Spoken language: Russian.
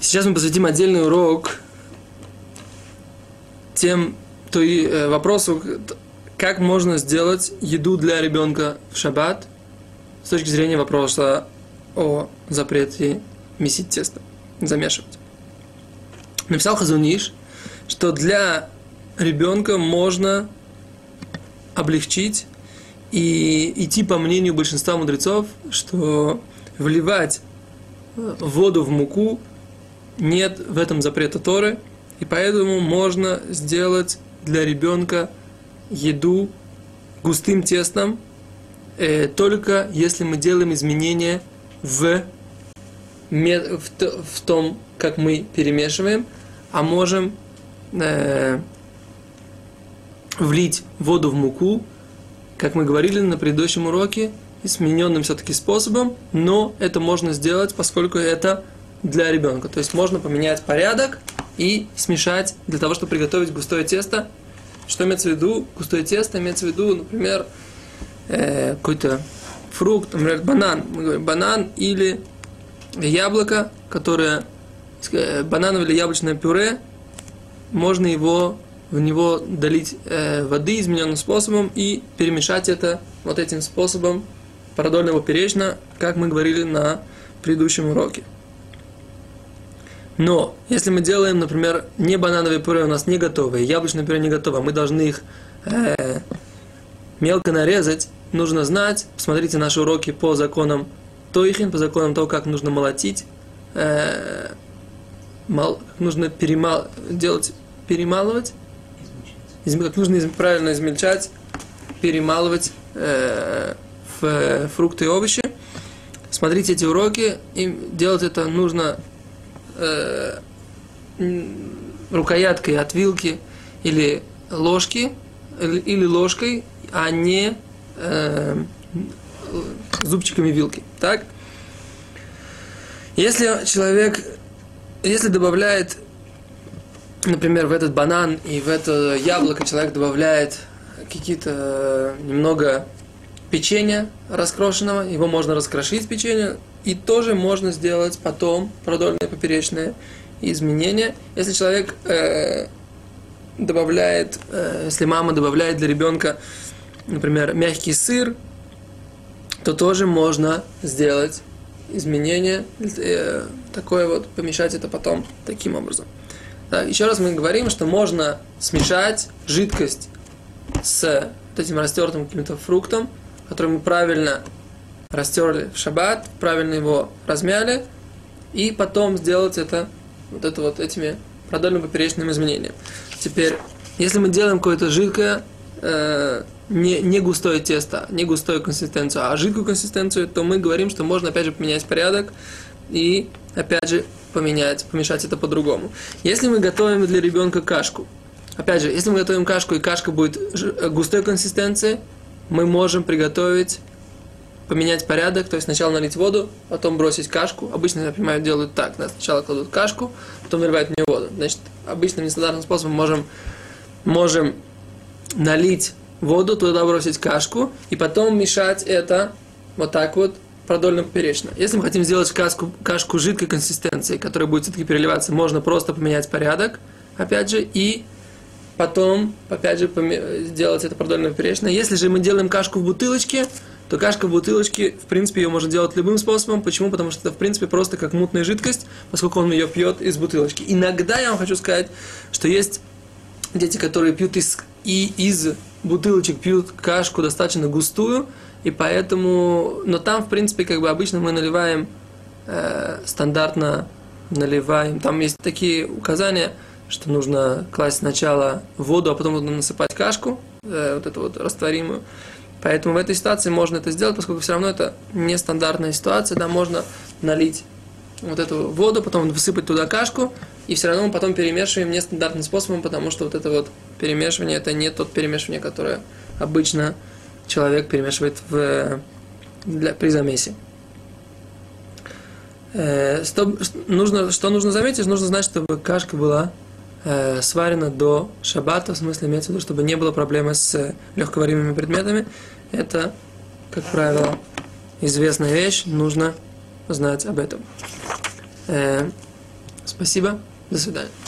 Сейчас мы посвятим отдельный урок вопросу, как можно сделать еду для ребенка в шаббат с точки зрения вопроса о запрете месить тесто, замешивать. Написал Хазон Иш, что для ребенка можно облегчить и идти по мнению большинства мудрецов, что вливать воду в муку нет в этом запрета Торы, и поэтому можно сделать для ребенка еду густым тестом, только если мы делаем изменения в том, как мы перемешиваем, а можем влить воду в муку, как мы говорили на предыдущем уроке, измененным все-таки способом, но это можно сделать, поскольку это для ребенка. То есть можно поменять порядок и смешать для того, чтобы приготовить густое тесто. Что имеется в виду? Густое тесто имеется в виду, например, какой-то фрукт, например, банан. Мы говорим банан или яблоко, которое банановое или яблочное пюре, можно в него долить воды измененным способом и перемешать это вот этим способом продольно-поперечно, как мы говорили на предыдущем уроке. Но если мы делаем, например, не банановое пюре у нас не готовое, яблочное пюре не готово, мы должны их мелко нарезать, нужно знать, посмотрите наши уроки по законам Тойхин, по законам того, как нужно молотить, как нужно перемалывать, как нужно правильно измельчать, перемалывать фрукты и овощи. Смотрите эти уроки, и делать это нужно рукояткой от вилки или ложки, или ложкой, а не зубчиками вилки. Так? Если добавляет, например, в этот банан и в это яблоко человек добавляет какие-то немного печенья раскрошенного, его можно раскрошить печенье, и тоже можно сделать потом продольное поперечное изменение. Если человек добавляет, если мама добавляет для ребенка, например, мягкий сыр, то тоже можно сделать изменение, такое вот, помешать это потом таким образом. Так, еще раз мы говорим, что можно смешать жидкость с вот этим растертым каким-то фруктом, который мы правильно растерли в шаббат, правильно его размяли, и потом сделать это этими продольно-поперечными изменениями. Теперь, если мы делаем какое-то жидкое, не густое тесто, не густую консистенцию, а жидкую консистенцию, то мы говорим, что можно опять же поменять порядок и опять же помешать это по-другому. Если мы готовим для ребенка кашку, опять же, если мы готовим кашку, и кашка будет густой консистенции, мы можем поменять порядок, то есть сначала налить воду, потом бросить кашку. Обычно, я понимаю, делают так, да, сначала кладут кашку, потом наливают в нее воду. Значит, обычным нестандартным способом можем налить воду, туда бросить кашку, и мешать это вот так вот продольно-поперечно. Если мы хотим сделать кашку жидкой консистенции, которая будет все-таки переливаться, можно просто поменять порядок, опять же, и потом, опять же, сделать это продольно-поперечно. Если же мы делаем кашку в бутылочке, то кашка в бутылочке, в принципе, ее можно делать любым способом. Почему? Потому что это, в принципе, просто как мутная жидкость, поскольку он ее пьет из бутылочки. Иногда я вам хочу сказать, что есть дети, которые пьют из бутылочек, пьют кашку достаточно густую, и поэтому... Но там, в принципе, как бы обычно мы наливаем, стандартно наливаем. Там есть такие указания, что нужно класть сначала воду, а потом насыпать кашку, вот эту вот растворимую. Поэтому в этой ситуации можно это сделать, поскольку все равно это нестандартная ситуация, да, можно налить вот эту воду, потом высыпать туда кашку, и все равно мы потом перемешиваем нестандартным способом, потому что вот это вот перемешивание, это не тот перемешивание, которое обычно человек перемешивает при замесе. Что нужно заметить? Нужно знать, чтобы кашка была сварена до шаббата, в смысле имеется в виду, чтобы не было проблемы с легковаримыми предметами. Это, как правило, известная вещь, нужно знать об этом. Спасибо. До свидания.